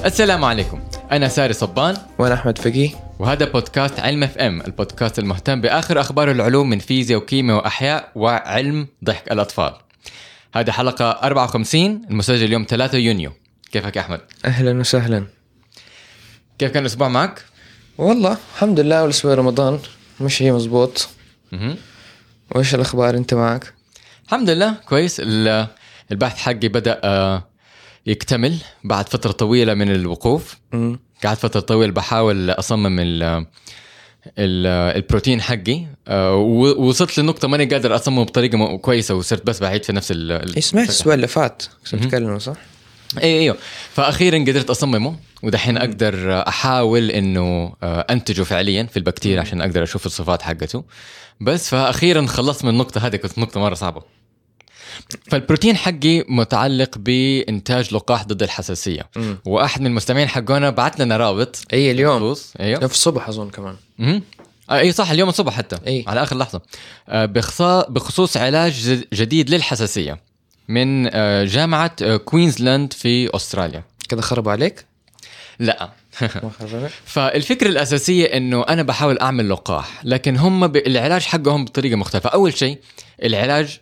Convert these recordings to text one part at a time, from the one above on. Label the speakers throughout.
Speaker 1: السلام عليكم، أنا ساري صبان
Speaker 2: وأنا أحمد فقيه،
Speaker 1: وهذا بودكاست علم اف ام، البودكاست المهتم بآخر أخبار العلوم من فيزياء وكيمياء وأحياء وعلم ضحك الأطفال. هذه حلقة 54 المسجل يوم 3 يونيو. كيفك يا أحمد؟
Speaker 2: أهلا وسهلا.
Speaker 1: كيف كان الأسبوع معك؟
Speaker 2: والله الحمد لله، والأسبوع رمضان مشي مزبوط. وإيش الأخبار أنت معك؟
Speaker 1: الحمد لله كويس. البحث حقي بدأ يكتمل بعد فترة طويلة من الوقوف. قعدت فترة طويلة بحاول أصمم البروتين حقي، ووصلت لنقطة ماني قادر أصممه بطريقة كويسة، وصرت بس بعيد في نفس
Speaker 2: سمعت الأسبوع اللي فات كنت تكلمه صح؟
Speaker 1: ايوه، فأخيرا قدرت أصممه، ودحين أقدر أحاول إنه أنتجه فعليا في البكتيريا عشان أقدر أشوف الصفات حقته. بس فأخيرا خلصت من النقطة هذه، كانت نقطة مرة صعبة. فالبروتين حقي متعلق بإنتاج لقاح ضد الحساسية. وأحد من المستمعين حقونا بعت لنا رابط.
Speaker 2: اليوم
Speaker 1: أيوه
Speaker 2: في الصبح أظن كمان.
Speaker 1: أي صح، اليوم الصبح حتى. على آخر لحظة. بخصوص علاج جديد للحساسية من جامعة كوينزلاند في أستراليا.
Speaker 2: كده خربوا عليك؟
Speaker 1: لا. فالفكرة الأساسية إنه أنا بحاول أعمل لقاح، لكن هم العلاج حقهم بطريقة مختلفة. أول شيء العلاج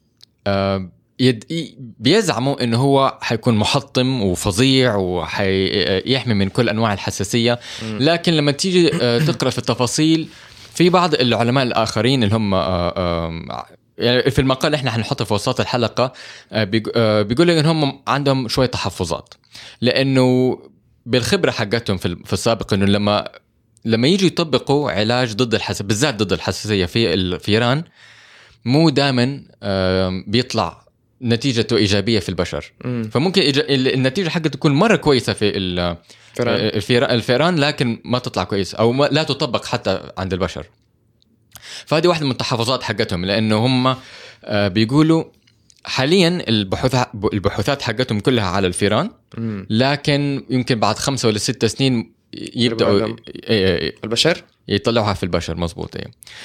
Speaker 1: بيزعموا إنه هو حيكون محطم وفظيع وحيحمي من كل أنواع الحساسية. لكن لما تيجي تقرأ في التفاصيل، في بعض العلماء الآخرين اللي هم يعني في المقال اللي احنا حنحطه في وسط الحلقة بيقول إن هم عندهم شوية تحفظات، لأنه بالخبرة حقتهم في السابق إنه لما يجي يطبقوا علاج ضد بالذات ضد الحساسية في الفيران، مو دائما بيطلع نتيجته إيجابية في البشر. فممكن النتيجة حقته تكون مرة كويسة في الفيران، لكن ما تطلع كويس أو لا تطبق حتى عند البشر. فهذه واحدة من التحفظات حقتهم، لأنه هم بيقولوا حاليا البحوثات حقتهم كلها على الفيران، لكن يمكن بعد 5 ولا 6 سنين يبدأوا
Speaker 2: البشر
Speaker 1: يطلعوها في البشر. مزبوط.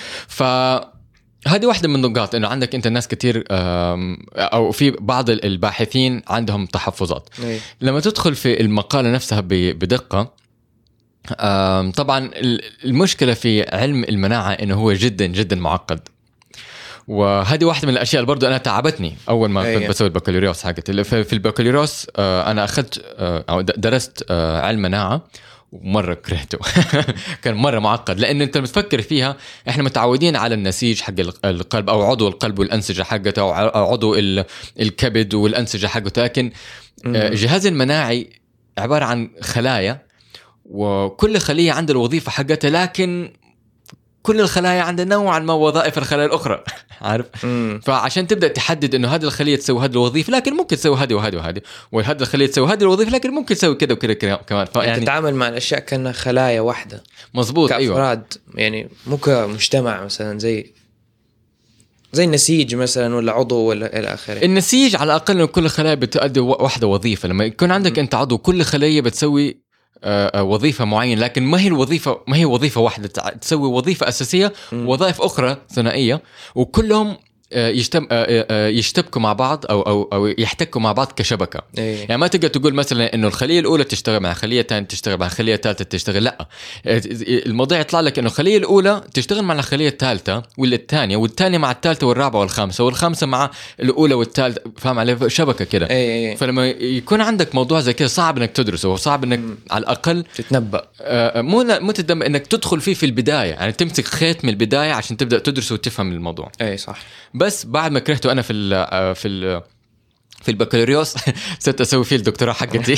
Speaker 1: فهذه واحدة من النقاط، إنه عندك أنت ناس كتير أو في بعض الباحثين عندهم تحفظات. لما تدخل في المقالة نفسها بدقة، طبعا المشكلة في علم المناعة إنه هو جدا جدا معقد. وهذه واحدة من الأشياء اللي برضو أنا تعبتني أول ما كنت بسوي البكالوريوس حقتي. في البكالوريوس أنا أخذت أو درست علم مناعة، ومرة كرهته. كان مرة معقد، لأن أنت بتفكر فيها إحنا متعودين على النسيج حق القلب أو عضو القلب والأنسجة حقته، أو عضو الكبد والأنسجة حقته. لكن الجهاز المناعي عبارة عن خلايا، وكل خلية عندها الوظيفة حقتها، لكن كل الخلايا عندها نوعا ما وظائف الخلايا الأخرى. عارف؟ فعشان تبدأ تحدد إنه هذه الخلية تسوي هذه الوظيفة، لكن ممكن تسوي هذه وهذه وهذه، وهذه الخلية تسوي هذه الوظيفة، لكن ممكن تسوي كده وكده كمان.
Speaker 2: يعني تتعامل مع الأشياء كأنها خلايا واحدة.
Speaker 1: مظبوط.
Speaker 2: كأفراد. يعني مو كمجتمع مثلا زي النسيج مثلا، ولا عضو، ولا إلى آخره.
Speaker 1: النسيج على الأقل إنه كل خلايا بتؤدي واحدة وظيفة. لما يكون عندك أنت عضو، كل خلية بتسوي وظيفة معينة، لكن ما هي وظيفة واحدة، تسوي وظيفة أساسية ووظائف أخرى ثنائية، وكلهم يشتبكوا مع بعض أو يحتكوا مع بعض كشبكة. يعني ما تقدر تقول مثلا إنه الخلية الأولى تشتغل مع خلية ثانية، تشتغل مع خلية ثالثة تشتغل. لا، الموضوع يطلع لك إنه الخلية الأولى تشتغل مع الخلية الثالثة والثانية، والثانية مع الثالثة والرابعة والخامسة، والخامسة مع الأولى والثالثة. فاهم عليه؟ شبكة كده. فلما يكون عندك موضوع زي كده صعب إنك تدرسه، وصعب إنك على الأقل
Speaker 2: تتنبأ.
Speaker 1: مو تتنبأ، إنك تدخل فيه في البداية، يعني تمسك خيط من البداية عشان تبدأ تدرسه وتفهم الموضوع.
Speaker 2: صح.
Speaker 1: بس بعد ما كرهته أنا في البكالوريوس صرت أسوي فيه الدكتوراه حقتي.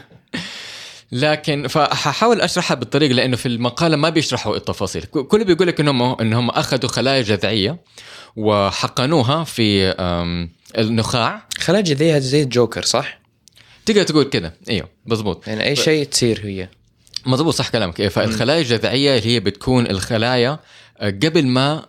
Speaker 1: لكن فحاول أشرحها بالطريقة، لأنه في المقالة ما بيشرحوا التفاصيل. كله بيقول لك إنهم أخذوا خلايا جذعية وحقنوها في النخاع.
Speaker 2: خلايا جذعية زي الجوكر، صح؟
Speaker 1: تقدر تقول كده. أيوه مزبوط.
Speaker 2: يعني أي شيء تصير هي.
Speaker 1: مزبوط، صح كلامك. فالخلايا الجذعية اللي هي بتكون الخلايا قبل ما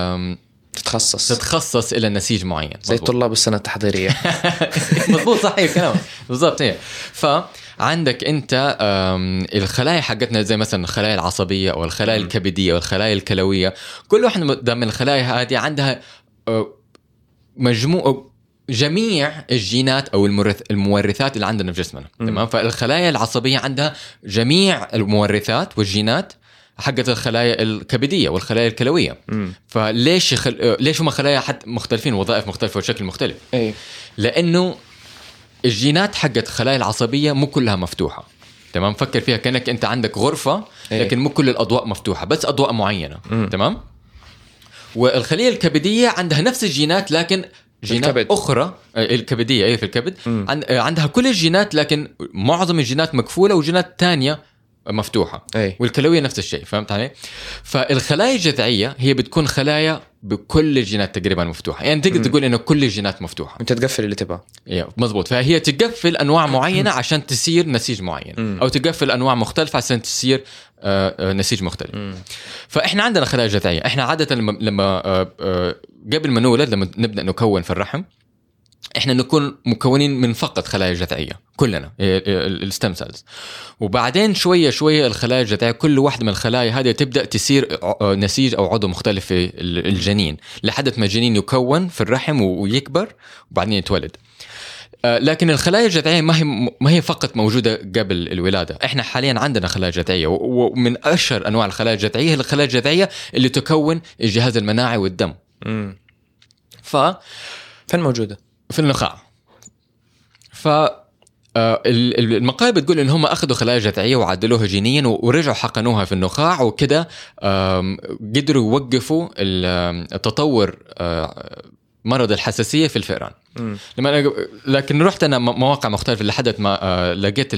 Speaker 1: تتخصص إلى نسيج معين،
Speaker 2: زي طلاب السنة التحضيرية.
Speaker 1: مضبوط، صحيح كلامك بالضبط. فعندك أنت الخلايا حقتنا زي مثلا الخلايا العصبية أو الخلايا الكبدية أو الخلايا الكلوية. كل واحدة من الخلايا هذه عندها مجموعة جميع الجينات او المورثات اللي عندنا في جسمنا. تمام. فالخلايا العصبيه عندها جميع المورثات والجينات حقت الخلايا الكبديه والخلايا الكلويه. فليش ليش هم خلايا حتى مختلفين، وظائف مختلفه وشكل مختلف؟ لانه الجينات حقت الخلايا العصبيه مو كلها مفتوحه. تمام. فكر فيها كأنك انت عندك غرفه لكن مو كل الاضواء مفتوحه، بس اضواء معينه. تمام. والخليه الكبديه عندها نفس الجينات لكن جينات الكبد. اخرى الكبديه في الكبد عندها كل الجينات لكن معظم الجينات مقفوله وجينات تانية مفتوحه. والكلويه نفس الشيء. فهمت علي؟ فالخلايا الجذعيه هي بتكون خلايا بكل الجينات تقريبا مفتوحه، يعني تقدر تقول انه كل الجينات مفتوحه،
Speaker 2: انت تقفل اللي تبغى.
Speaker 1: مزبوط. فهي تقفل انواع معينه عشان تصير نسيج معين، او تقفل انواع مختلفه عشان تصير نسيج مختلف. فاحنا عندنا خلايا جذعيه. احنا عاده لما قبل ما نولد، لما نبدا نكون في الرحم، احنا نكون مكونين من فقط خلايا جذعيه كلنا، الستم سيلز. وبعدين شويه شويه الخلايا الجذعيه كل واحده من الخلايا هذه تبدا تصير نسيج او عضو مختلف في الجنين، لحد ما الجنين يكون في الرحم ويكبر وبعدين يتولد. لكن الخلايا الجذعيه ما هي فقط موجوده قبل الولاده. احنا حاليا عندنا خلايا جذعيه، ومن اشهر انواع الخلايا الجذعيه هي الخلايا الجذعيه اللي تكون الجهاز المناعي والدم.
Speaker 2: فين موجوده؟
Speaker 1: في النخاع. المقالة بتقول إن هم أخذوا خلايا جذعية وعدلوها جينيا ورجعوا حقنوها في النخاع، وكده قدروا يوقفوا التطور مرض الحساسية في الفئران. لكن رحت أنا مواقع مختلفة لحد ما لقيت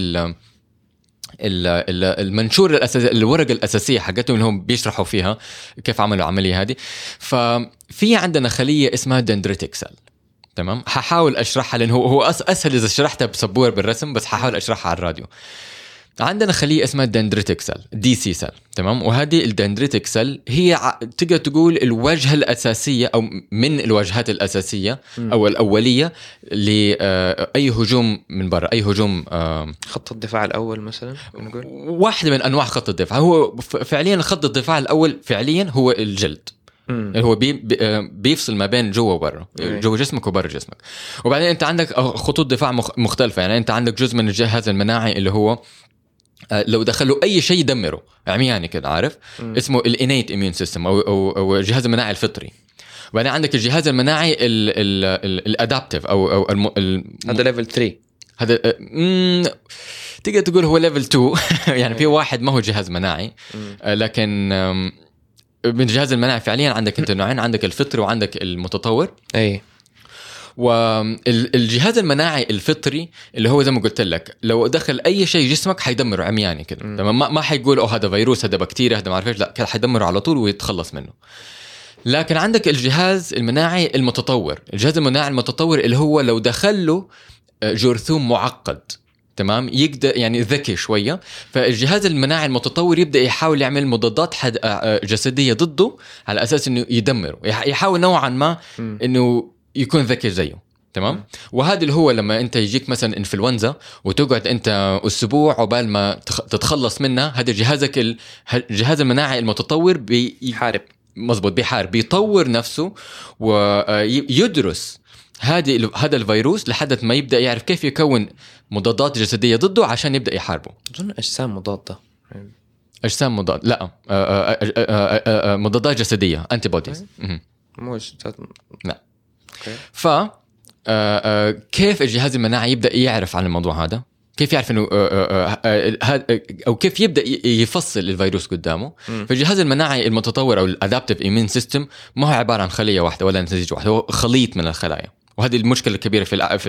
Speaker 1: المنشور الأساسي، الورقة الأساسية حقتهم اللي هم بيشرحوا فيها كيف عملوا العملية هذه. ففي عندنا خلية اسمها دندريتك سيل. تمام. هحاول اشرحها لانه هو اسهل اذا شرحتها بسبوره بالرسم، بس هحاول اشرحها على الراديو. عندنا خليه اسمها دندريتك سيل، دي سي سيل. تمام. وهذه الدندريتك سيل هي تقدر تقول الواجهه الاساسيه او من الواجهات الاساسيه او الاوليه لاي هجوم من برا، اي هجوم.
Speaker 2: خط الدفاع الاول مثلا نقول
Speaker 1: واحده من انواع خط الدفاع. هو فعليا خط الدفاع الاول فعليا هو الجلد. هو بيفصل ما بين جوا وبرا، جوا جسمك وبرا جسمك. وبعدين انت عندك خطوط دفاع مختلفه. يعني انت عندك جزء من الجهاز المناعي اللي هو لو دخلوا اي شيء يدمره، عمياني كده عارف، اسمه الانيت اميون سيستم او الجهاز المناعي الفطري. وبعدين عندك الجهاز المناعي الادابتيف او
Speaker 2: هذا ليفل 3.
Speaker 1: هذا تقدر تقول هو ليفل 2. يعني في واحد ما هو جهاز مناعي، لكن من الجهاز المناعي فعليا عندك انت نوعين، عندك الفطري وعندك المتطور. والجهاز المناعي الفطري اللي هو زي ما قلت لك لو دخل اي شيء جسمك حيدمره عمياني كده. تمام. ما حيقول هذا فيروس، هذا بكتيريا، هذا ما عارف ايش، لا كده حيدمره على طول ويتخلص منه. لكن عندك الجهاز المناعي المتطور. الجهاز المناعي المتطور اللي هو لو دخله جرثوم معقد، تمام، يقدر يعني ذكي شويه، فالجهاز المناعي المتطور يبدا يحاول يعمل مضادات جسديه ضده على اساس انه يدمره، يحاول نوعا ما انه يكون ذكي زيه. تمام. وهذا اللي هو لما انت يجيك مثلا انفلونزا وتقعد انت اسبوع عقبال ما تتخلص منها، هذا جهازك الجهاز المناعي المتطور بيحارب. مزبوط. بيحارب، بيطور نفسه ويدرس هذا الفيروس لحد ما يبدأ يعرف كيف يكون مضادات جسدية ضده عشان يبدأ يحاربه.
Speaker 2: أظن أجسام مضادة.
Speaker 1: أجسام مضاد، لا مضادات جسدية antibodies. لا. ف كيف الجهاز المناعي يبدأ يعرف عن الموضوع هذا؟ كيف يعرف انه او كيف يبدا يفصل الفيروس قدامه؟ فالجهاز المناعي المتطور او الادابتيف ايمين سيستم ما هو عباره عن خليه واحده ولا نسيج واحد، هو خليط من الخلايا. وهذه المشكله الكبيره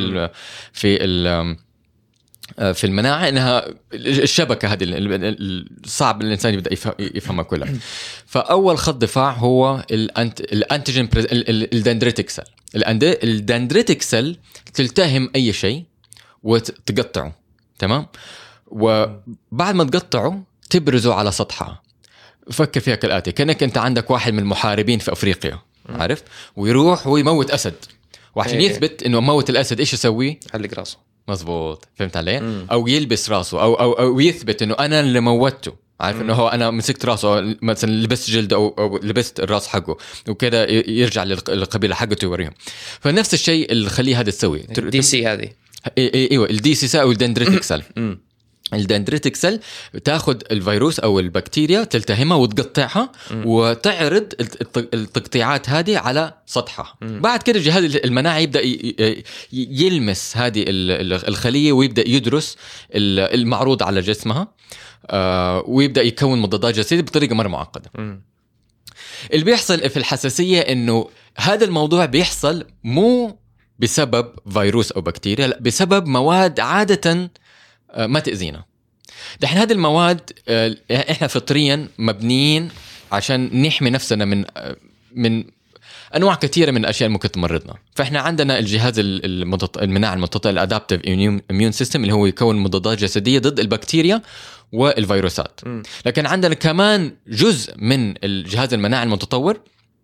Speaker 1: في المناعه، انها الشبكه هذه صعب الانسان يبدا يفهمها كلها. فاول خط دفاع هو الانتيجين الدندريتك سيل. الدندريتك سيل تلتهم اي شيء وتقطعه. تمام. وبعد ما تقطعه تبرزه على سطحها. فكر فيها كالآتي، كأنك أنت عندك واحد من المحاربين في أفريقيا، عارف، ويروح ويموت أسد، وعشان يثبت إنه موت الأسد إيش يسوي؟
Speaker 2: يحلق راسه.
Speaker 1: مزبوط. فهمت علي؟ أو يلبس راسه أو يثبت إنه أنا اللي موته عارف انه هو انا مسكت راسه مثلا لبست جلد او لبست الراس حقه وكذا يرجع للقبيله حقته يوريهم. فنفس الشيء الخليه هذا تسوي
Speaker 2: دي سي هذه.
Speaker 1: ايوه الدي سي او الدندريتك سيل. الدندريتك سيل تاخذ الفيروس او البكتيريا تلتهمها وتقطعها وتعرض التقطيعات هذه على سطحها. بعد كده الجهاز المناعي يبدا يلمس هذه الخليه ويبدا يدرس المعروض على جسمها ويبدا يكون مضادات جسديه بطريقه مره معقده. اللي بيحصل في الحساسيه انه هذا الموضوع بيحصل مو بسبب فيروس او بكتيريا، لا بسبب مواد عاده ما تأذينا. دحين هذه المواد احنا فطريا مبنيين عشان نحمي نفسنا من انواع كثيره من الاشياء اللي ممكن تمرضنا. فاحنا عندنا الجهاز المناعه المضادة الادابتيف اميون سيستم اللي هو يكون مضادات جسديه ضد البكتيريا والفيروسات. لكن عندنا كمان جزء من الجهاز المناعي المتطور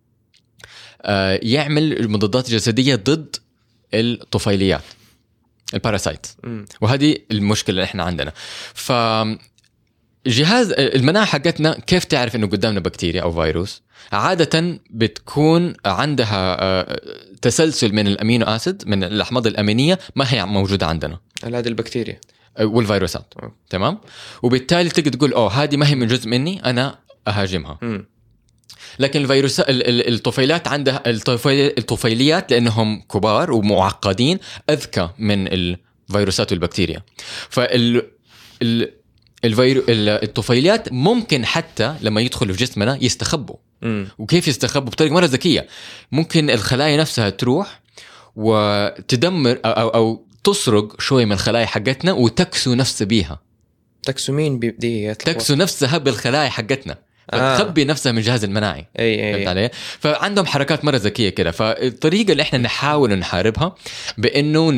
Speaker 1: يعمل مضادات جسديه ضد الطفيليات الباراسايت. وهذه المشكله اللي احنا عندنا. فجهاز المناعه حقتنا كيف تعرف انه قدامنا بكتيريا او فيروس؟ عاده بتكون عندها تسلسل من الامينو اسيد من الاحماض الامينيه ما هي موجوده عندنا،
Speaker 2: هذه البكتيريا
Speaker 1: والفيروسات. تمام. وبالتالي تقدر تقول هذه ما هي من جزء مني انا اهاجمها. لكن الفيروس الطفيلات عندها الطفيليات لأنهم كبار ومعقدين أذكى من الفيروسات والبكتيريا. الطفيليات ممكن حتى لما يدخلوا في جسمنا يستخبوا. وكيف يستخبوا؟ بطريقة مرة ذكية. ممكن الخلايا نفسها تروح وتدمر أو تسرق شوي من الخلايا حقتنا وتكسو نفسها بيها.
Speaker 2: تكسو مين دي؟
Speaker 1: تكسو نفسها بالخلايا حقتنا. تخبي نفسها من الجهاز المناعي. فهمت علي؟ فعندهم حركات مرة ذكية كده. فالطريقة اللي احنا نحاول نحاربها بأنه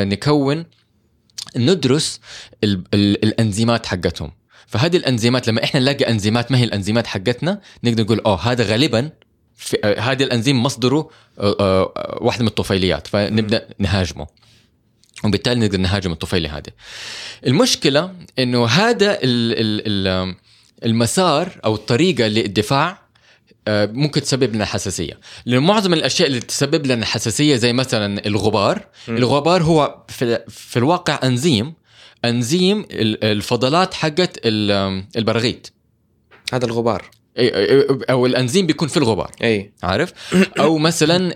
Speaker 1: ندرس الأنزيمات حقتهم. فهذه الأنزيمات لما احنا نلاقي أنزيمات ما هي الأنزيمات حقتنا نقدر نقول هذا غالبا هذا الأنزيم مصدره واحدة من الطفيليات، فنبدأ نهاجمه وبالتالي نقدر نهاجم الطفيلة هذه. المشكلة إنه هذا المسار أو الطريقة للدفاع ممكن تسبب لنا حساسية. لأن معظم الأشياء اللي تسبب لنا حساسية زي مثلا الغبار. الغبار هو في الواقع أنزيم الفضلات حقت البراغيث.
Speaker 2: هذا الغبار
Speaker 1: أو الأنزيم بيكون في الغبار. عارف؟ أو مثلا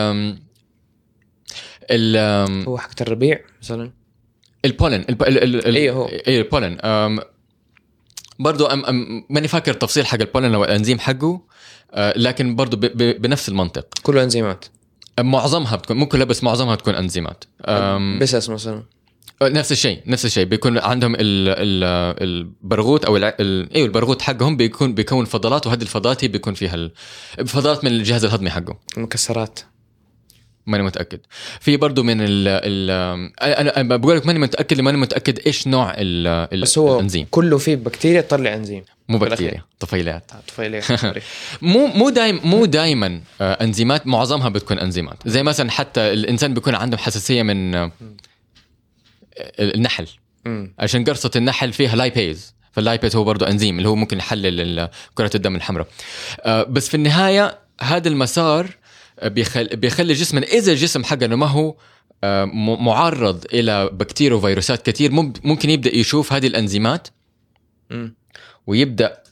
Speaker 2: هو حق الربيع مثلا
Speaker 1: البولن
Speaker 2: هو
Speaker 1: البولن. برضو ماني فاكر تفصيل حق البولن أو الأنزيم حقه، لكن برضو بنفس المنطق.
Speaker 2: كله أنزيمات
Speaker 1: معظمها بتكون ممكن بس معظمها تكون أنزيمات.
Speaker 2: بس مثلا
Speaker 1: نفس الشيء بيكون عندهم البرغوث او البرغوث حقهم بيكون فضلات، وهذه الفضلات هي بيكون فيها الفضلات من الجهاز الهضمي حقه.
Speaker 2: المكسرات
Speaker 1: ماني متأكد. في برضو من أنا بقول لك ماني متأكد إيش نوع
Speaker 2: بس هو
Speaker 1: الأنزيم.
Speaker 2: كله فيه بكتيريا تطلع أنزيم،
Speaker 1: مو بكتيريا، طفيليات. مو دايما أنزيمات، معظمها بتكون أنزيمات. زي مثلا حتى الإنسان بيكون عنده حساسية من النحل، عشان قرصة النحل فيها لايبيز، فاللايبيز هو برضو أنزيم اللي هو ممكن يحلل كرة الدم الحمراء. بس في النهاية هذا المسار بيخلي جسمنا إذا الجسم حقنا ما هو معرض إلى بكتيريا وفيروسات كتير، ممكن يبدأ يشوف هذه الأنزيمات ويبدأ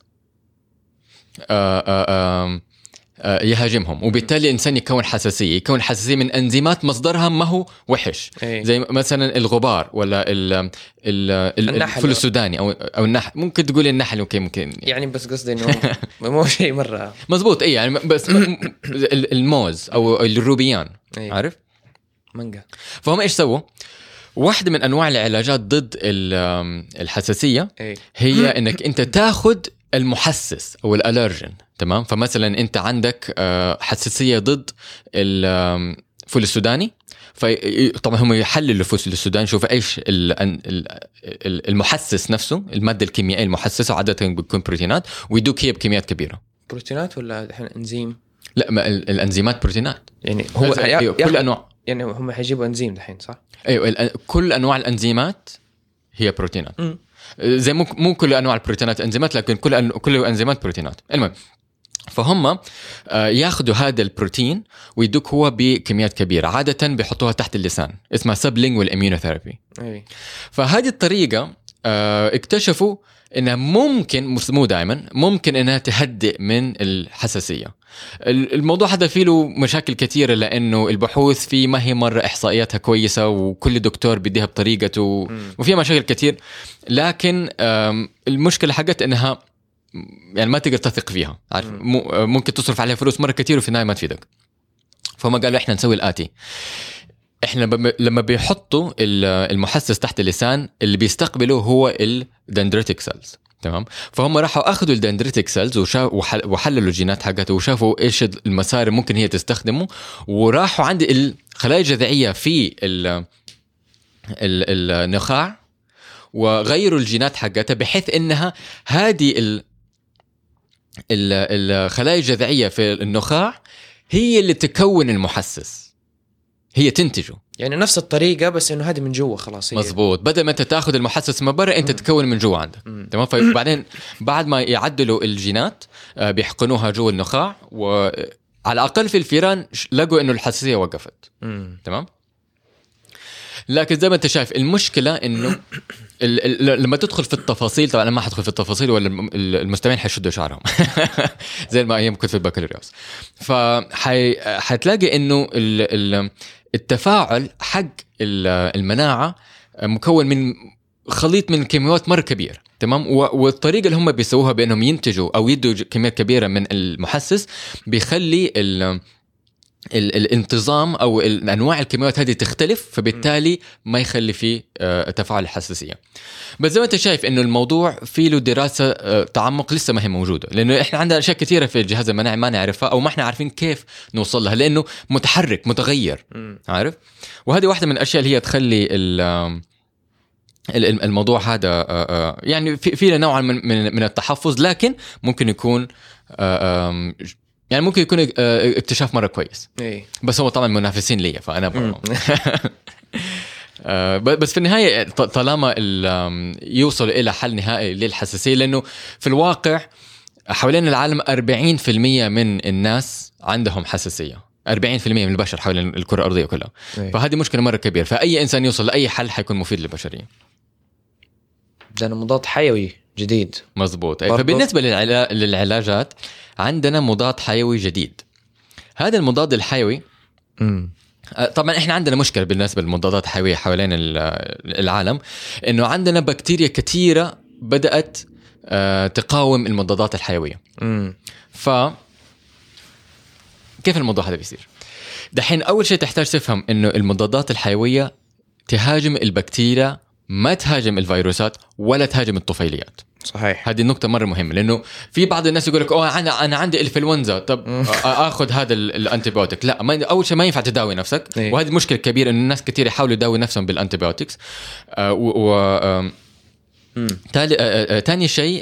Speaker 1: يهاجمهم، وبالتالي الإنسان يكون حساسية من أنزيمات مصدرها ما هو وحش. زي مثلا الغبار ولا الفول السوداني أو النحل. ممكن تقول النحل ممكن
Speaker 2: يعني، بس قصدي إنه مو شيء مرة
Speaker 1: مزبوط. يعني بس الموز أو الروبيان عارف
Speaker 2: مانجا.
Speaker 1: فهم إيش سووا؟ واحدة من أنواع العلاجات ضد الحساسية هي إنك أنت تاخد المحسس أو الألرجين. تمام. فمثلا أنت عندك حساسية ضد الفول السوداني، فطبعا هم يحللوا الفول السوداني، شوفوا إيش المحسس نفسه، المادة الكيميائية المحسسة، وعادة بيكون بروتينات، ويدوك هي بكميات كبيرة.
Speaker 2: بروتينات ولا الحين إنزيم؟
Speaker 1: لا، الأنزيمات بروتينات.
Speaker 2: يعني هو
Speaker 1: كل أنواع،
Speaker 2: يعني هم حيجيبوا أنزيم الحين صح؟
Speaker 1: أيوة كل أنواع الأنزيمات هي بروتينات. زي مو كل انواع البروتينات انزيمات، لكن كل انزيمات بروتينات. المهم فهم ياخذوا هذا البروتين ويدوك هو بكميات كبيره، عاده بيحطوها تحت اللسان، اسمها سبلينجوال اميونوثيرابي. فهذه الطريقه اكتشفوا انها ممكن، مو دائما، ممكن انها تهدئ من الحساسيه. الموضوع هذا فيه له مشاكل كثيره، لانه البحوث فيه ما هي مره احصائياتها كويسه، وكل دكتور بديها بطريقته وفيها مشاكل كثير. لكن المشكله حقت انها يعني ما تقدر تثق فيها، عارف، ممكن تصرف عليها فلوس مره كثير وفي النهايه ما تفيدك. فهم قالوا احنا نسوي الاتي، احنا لما بيحطوا المحسس تحت اللسان اللي بيستقبله هو الدندريتك سيلز، تمام؟ فهم راحوا اخذوا الدندريتك سيلز وحللوا الجينات حقته وشافوا ايش المسار ممكن هي تستخدمه، وراحوا عند الخلايا الجذعيه في النخاع وغيروا الجينات حقتها بحيث انها هذه الخلايا الجذعيه في النخاع هي اللي تكون المحسس، هي تنتجه.
Speaker 2: يعني نفس الطريقه بس انه هذه من جوا خلاص.
Speaker 1: مزبوط، بدل ما انت تاخذ المحسس من برا انت تكون من جوا عندك. تمام. فبعدين بعد ما يعدلوا الجينات بيحقنوها جوا النخاع، وعلى الاقل في الفيران لقوا انه الحساسيه وقفت. تمام. لكن زي ما انت شايف المشكله انه لما تدخل في التفاصيل، طبعا انا ما حدخل في التفاصيل ولا المستمعين حيشدوا شعرهم زي ما ايام كنت في البكالوريوس. حتلاقي انه التفاعل حق المناعه مكون من خليط من كيماويات مره كبير. تمام. والطريقه اللي هم بيسووها بانهم ينتجوا او يدوا كميات كبيره من المحسس بيخلي الانتظام او انواع الكيماويات هذه تختلف، فبالتالي ما يخلي فيه تفاعل الحساسيه. بس زي ما انت شايف انه الموضوع فيه له دراسه تعمق لسه ما هي موجوده، لانه احنا عندنا اشياء كثيره في الجهاز المناعي ما نعرفها او ما احنا عارفين كيف نوصل لها، لانه متحرك متغير. عارف. وهذه واحده من الاشياء اللي هي تخلي الموضوع هذا يعني في نوعا من التحفظ، لكن ممكن يكون يعني ممكن يكون اكتشاف مرة كويس. بس هو طبعا منافسين لي فأنا بس في النهاية طالما يوصل إلى حل نهائي للحساسية، لأنه في الواقع حوالين العالم 40% من الناس عندهم حساسية، 40% من البشر حول الكرة الأرضية كلها. فهذه مشكلة مرة كبيرة، فأي إنسان يوصل لأي حل حيكون مفيد للبشرية.
Speaker 2: ده مضاد حيوي جديد.
Speaker 1: مزبوط. فبالنسبة للعلاجات عندنا مضاد حيوي جديد. هذا المضاد الحيوي طبعا احنا عندنا مشكلة بالنسبة للمضادات الحيوية حوالين العالم، انه عندنا بكتيريا كثيرة بدأت تقاوم المضادات الحيوية. كيف الموضوع هذا بيصير؟ دحين اول شيء تحتاج تفهم انه المضادات الحيوية تهاجم البكتيريا، ما تهاجم الفيروسات ولا تهاجم الطفيليات.
Speaker 2: صحيح.
Speaker 1: هذه النقطة مرة مهمة، لأنه في بعض الناس يقول لك أنا عندي الإنفلونزا، طب أخذ هذا الأنتيبيوتيك. لا، أول شيء ما ينفع تداوي نفسك. وهذه مشكلة كبيرة، إن الناس كتير يحاولوا يداوي نفسهم بالأنتيبيوتيكس. تاني شيء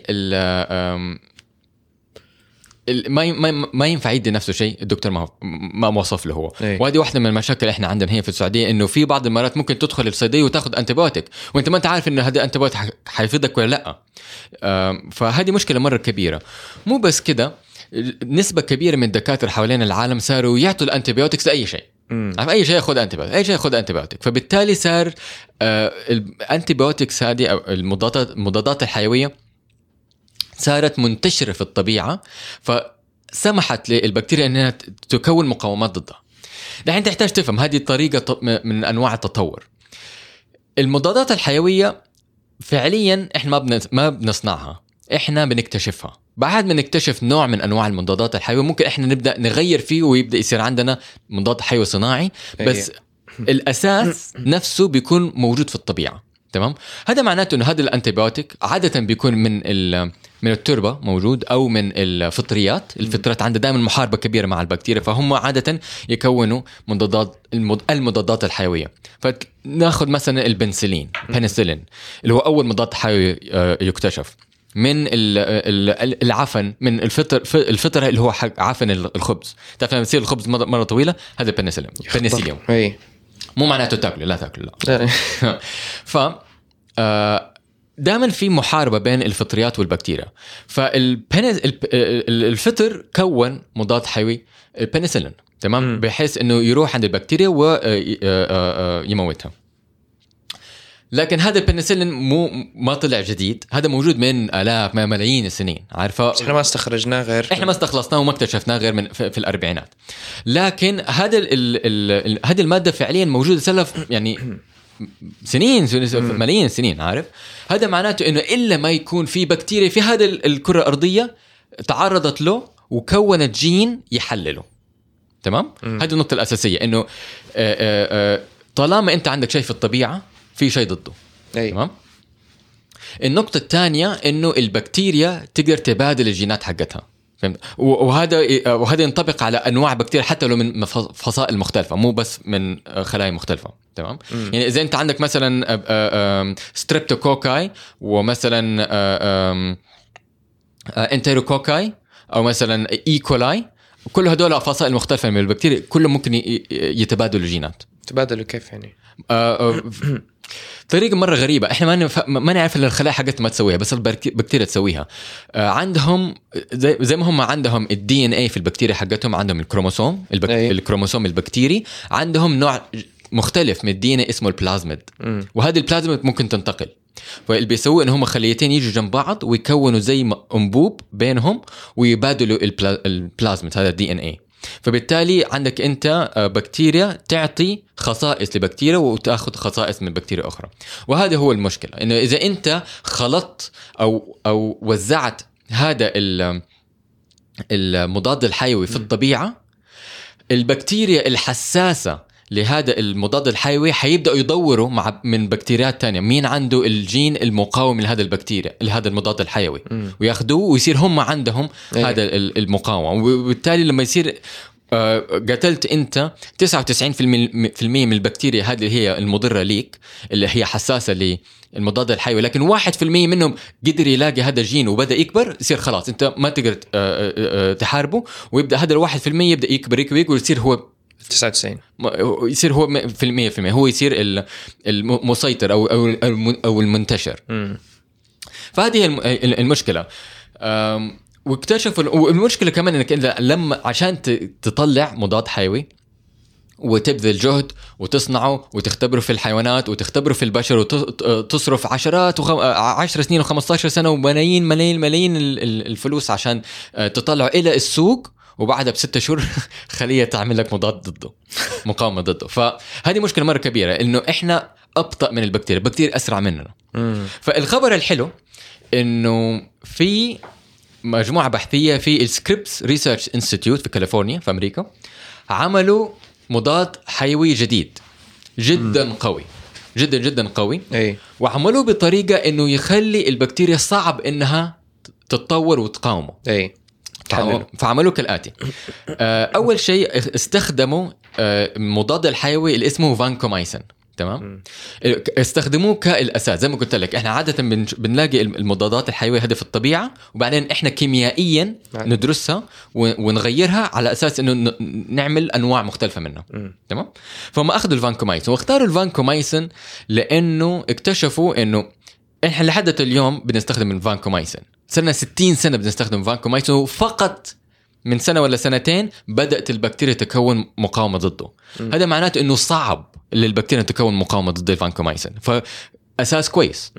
Speaker 1: ما ينفع يدي نفسه شيء الدكتور ما وصف له هو. وهذه واحدة من المشاكل احنا عندنا هي في السعودية، انه في بعض المرات ممكن تدخل الصيدلية وتاخذ انتيبيوتيك وانت ما انت عارف انه هذا انتيبيوتيك حيفيدك ولا لا. فهذه مشكلة مرة كبيرة. مو بس كده، نسبة كبيرة من الدكاترة حوالين العالم صاروا يعطوا الانتيبيوتيكس لأي شيء. اي شيء ياخذ انتيبيوتيك، اي شيء ياخذ انتيبيوتيك. فبالتالي صار الانتيبيوتيكس هذه او المضادات الحيوية صارت منتشرة في الطبيعة، فسمحت للبكتيريا أنها تكون مقاومات ضدها. دحين تحتاج تفهم هذه الطريقة من أنواع التطور. المضادات الحيوية فعليا إحنا ما بنصنعها، إحنا بنكتشفها. بعد ما نكتشف نوع من أنواع المضادات الحيوية ممكن إحنا نبدأ نغير فيه ويبدأ يصير عندنا مضاد حيوي صناعي، بس الأساس نفسه بيكون موجود في الطبيعة. تمام. هذا معناته انه هذا الانتيبيوتيك عاده بيكون من التربه موجود او من الفطريات. الفطريات عندها دائما محاربه كبيره مع البكتيريا، فهم عاده يكونوا المضادات الحيويه. فناخذ مثلا البنسلين، بنسلين، اللي هو اول مضاد حيوي يكتشف من العفن، من الفطره اللي هو عفن الخبز. تعرف لما يصير الخبز مره طويله، هذا بنسلين. مو معناته تاكله، لا تاكله، لا. ف دائما في محاربة بين الفطريات والبكتيريا. فالفطر كون مضاد حيوي البنسلين، تمام، بحيث انه يروح عند البكتيريا ويموتها. لكن هذا البنسلين ما طلع جديد، هذا موجود من آلاف ما ملايين السنين، عارفه.
Speaker 2: احنا ما استخرجناه غير،
Speaker 1: احنا ما استخلصناه وما اكتشفناه غير من في الأربعينات. لكن هذا هذه المادة فعليا موجودة سلف يعني سنين، ملايين السنين، عارف. هذا معناته انه الا ما يكون في بكتيريا في هذا الكرة الأرضية تعرضت له وكونت جين يحلله، تمام. هذه النقطة الأساسية، انه طالما انت عندك شيء في الطبيعة في شيء ضده، تمام. النقطة الثانية انه البكتيريا تقدر تبادل الجينات حقتها، فهمت؟ وهذا ينطبق على انواع بكتيريا حتى لو من فصائل مختلفة، مو بس من خلايا مختلفة، تمام. يعني اذا انت عندك مثلا ستريبتوكوكاي ومثلا انتيروكوكاي او مثلا ايكولاي، كل هدول فصائل مختلفة من البكتيريا، كلهم ممكن يتبادلوا الجينات.
Speaker 2: تبادلوا كيف يعني؟
Speaker 1: طريقة مرة غريبة، احنا ما نعرف ان الخلايا حقتها ما تسويها، بس البكتيريا تسويها. عندهم زي ما هم عندهم الدي ان اي في البكتيريا حقتهم، عندهم الكروموسوم الكروموسوم البكتيري، عندهم نوع مختلف من الدي ان اي اسمه البلازميد، وهذه البلازميد ممكن تنتقل. فاللي بيسووه ان هم خليتين يجوا جنب بعض ويكونوا زي انبوب بينهم ويبادلوا البلازميد، هذا الدي ان اي. فبالتالي عندك انت بكتيريا تعطي خصائص لبكتيريا وتاخذ خصائص من بكتيريا اخرى. وهذا هو المشكله، انه اذا انت خلطت او وزعت هذا المضاد الحيوي في الطبيعه، البكتيريا الحساسه لهذا المضاد الحيوي حيبداوا يدوروا من بكتيريات تانية مين عنده الجين المقاوم لهذا البكتيريا لهذا المضاد الحيوي، وياخذوه ويصير هم عندهم هذا المقاومه. وبالتالي لما يصير قتلت انت 99% من البكتيريا هذه اللي هي المضره ليك، اللي هي حساسه للمضاد الحيوي، لكن 1% منهم قدر يلاقي هذا الجين وبدا يكبر، يصير خلاص انت ما تقدر تحاربه، ويبدا هذا 1% يبدا يكبر ويصير هو
Speaker 2: 99،
Speaker 1: يصير هو 100%، هو يصير المسيطر او المنتشر. فهذه المشكله. واكتشفوا المشكله كمان انك لما عشان تطلع مضاد حيوي وتبذل جهد وتصنعه وتختبره في الحيوانات وتختبره في البشر وتصرف 10 سنين و15 سنه وملايين الفلوس عشان تطلعه الى السوق، وبعدها ب6 شهور خلية تعمل لك مضاد ضده، مقاومة ضده. فهذه مشكلة مرة كبيرة، إنه إحنا أبطأ من البكتيريا أسرع مننا. فالخبر الحلو إنه في مجموعة بحثية في السكريبس ريسيرش انستيتيوت في كاليفورنيا في أمريكا، عملوا مضاد حيوي جديد جدا قوي، جدا جدا قوي. وعملوه بطريقة إنه يخلي البكتيريا صعب إنها تتطور وتقاومه. فعملوا كالآتي. أول شيء استخدموا مضاد الحيوي اللي اسمه فانكومايسين، تمام. استخدموه كالأساس. زي ما قلت لك احنا عادة بنلاقي المضادات الحيوية هذه في الطبيعة، وبعدين احنا كيميائيا ندرسها ونغيرها على أساس انه نعمل أنواع مختلفة منها، تمام. فما أخذوا الفانكومايسين واختاروا الفانكومايسين لأنه اكتشفوا انه احنا لحد اليوم بنستخدم الفانكومايسين، صرنا 60 سنة بنستخدم فانكومايسين، وفقط من سنة ولا سنتين بدأت البكتيريا تكون مقاومة ضده. هذا معناته إنه صعب للبكتيريا تكون مقاومة ضد الفانكومايسين، فأساس كويس.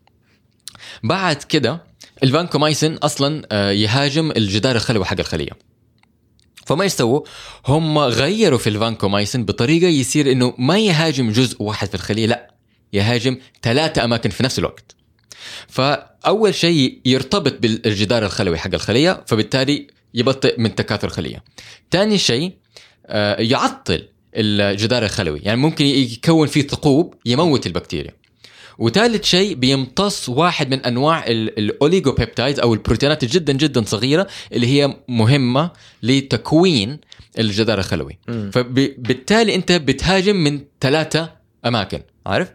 Speaker 1: بعد كده الفانكومايسين أصلا يهاجم الجدار الخلوي حق الخلية، فما يسووا هم غيروا في الفانكومايسين بطريقة يصير إنه ما يهاجم جزء واحد في الخلية، لا يهاجم 3 أماكن في نفس الوقت. فأول شيء يرتبط بالجدار الخلوي حق الخلية، فبالتالي يبطئ من تكاثر الخلية. تاني شيء يعطل الجدار الخلوي، يعني ممكن يكون فيه ثقوب يموت البكتيريا. وثالث شيء بيمتص واحد من أنواع الأوليغوبيبتايد أو البروتينات جدا جدا صغيرة اللي هي مهمة لتكوين الجدار الخلوي. فبالتالي أنت بتهاجم من 3 أماكن، عارف؟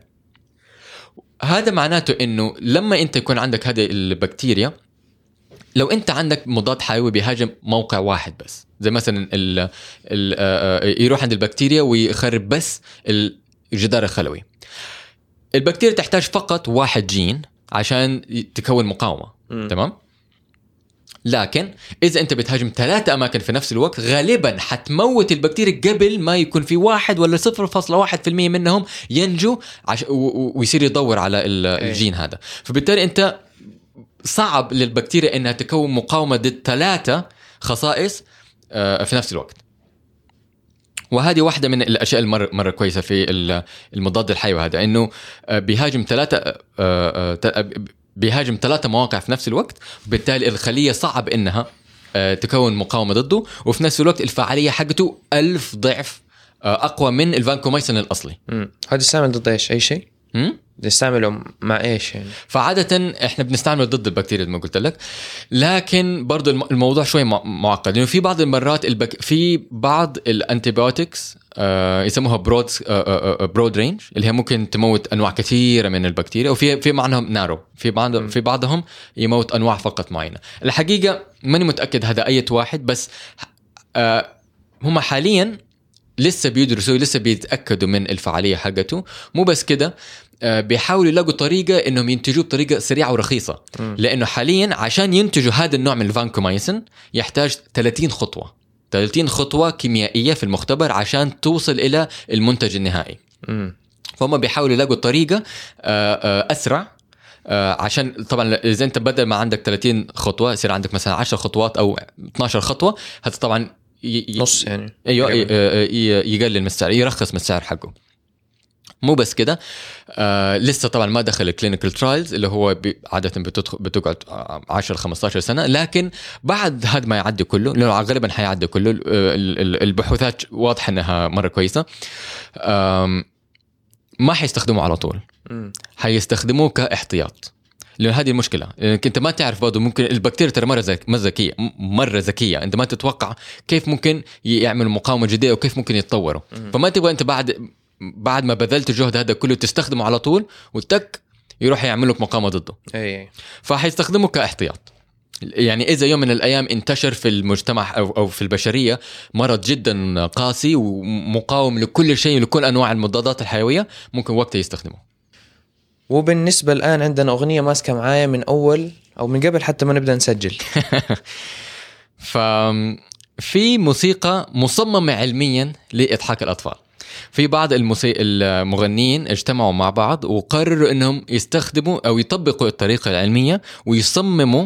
Speaker 1: هذا معناته إنه لما أنت يكون عندك هذه البكتيريا، لو أنت عندك مضاد حيوي بيهاجم موقع واحد بس، زي مثلا يروح عند البكتيريا ويخرب بس الجدار الخلوي، البكتيريا تحتاج فقط 1 جين عشان تكون مقاومة. تمام. لكن إذا أنت بتهاجم 3 أماكن في نفس الوقت غالبا حتموت البكتيريا قبل ما يكون في 1 ولا 0.1% منهم ينجو ويصير يدور على الجين هذا. فبالتالي أنت صعب للبكتيريا إنها تكون مقاومة ضد 3 خصائص في نفس الوقت. وهذه واحدة من الأشياء المرة كويسة في المضاد الحيوي هذا، إنه بيهاجم 3 مواقع في نفس الوقت، بالتالي الخلية صعب إنها تكون مقاومة ضده، وفي نفس الوقت الفعالية حقته 1000 ضعف أقوى من الفانكومايسين الأصلي.
Speaker 2: هذا يستعمل ضد إيش؟ أي شيء؟ نستعمله مع إيش يعني؟
Speaker 1: فعادة إحنا بنستعمله ضد البكتيريا زي ما قلت لك، لكن برضو الموضوع شوي معقد، لأنه في بعض المرات في بعض الأنتيبيوتكس يسموها برود رينج، اللي هي ممكن تموت أنواع كثيرة من البكتيريا، وفي معناهم نارو، في بعضهم يموت أنواع فقط معينة. الحقيقة ماني متأكد هذا أي واحد، بس هم حاليا لسه بيدرسوا، لسه بيتأكدوا من الفعالية حقته. مو بس كده، بيحاولوا يلاقوا طريقة إنهم ينتجوه بطريقة سريعة ورخيصة، لأنه حاليا عشان ينتجوا هذا النوع من الفانكومايسين يحتاج 30 خطوة كيميائية في المختبر عشان توصل إلى المنتج النهائي. فهم بيحاولوا يلاقوا طريقة أسرع، عشان طبعا إذا أنت بدل ما عندك 30 خطوة يصير عندك مثلا 10 خطوات أو 12 خطوة، هذا طبعا
Speaker 2: نص يعني
Speaker 1: يقلل من السعر، يرخص من السعر حقه. مو بس كده، لسه طبعا ما دخل الكلينيكال ترايلز اللي هو عادة بتقعد 10-15 سنة، لكن بعد هذا ما يعدي كله، لأنه غالبا حيعدي كله، البحوثات واضحة أنها مرة كويسة، ما حيستخدموه على طول، حيستخدموه كاحتياط. لأن هذه المشكلة، لأنك أنت ما تعرف برضو، ممكن البكتيريا ترى مرة ذكية، أنت ما تتوقع كيف ممكن يعملوا مقاومة جديدة وكيف ممكن يتطوروا. فما تبغى أنت بعد ما بذلت الجهد هذا كله تستخدمه على طول وتك يروح يعمل لك مقاومة ضده. فحيستخدمه كاحتياط. يعني إذا يوم من الأيام انتشر في المجتمع أو في البشرية مرض جدا قاسي ومقاوم لكل شيء، لكل أنواع المضادات الحيوية، ممكن وقتها يستخدمه.
Speaker 2: وبالنسبة الآن عندنا أغنية ماسكة معايا من أول أو من قبل حتى ما نبدأ نسجل.
Speaker 1: ففي موسيقى مصممة علميا لإضحاك الأطفال. في بعض المغنيين اجتمعوا مع بعض وقرروا أنهم يستخدموا أو يطبقوا الطريقة العلمية ويصمموا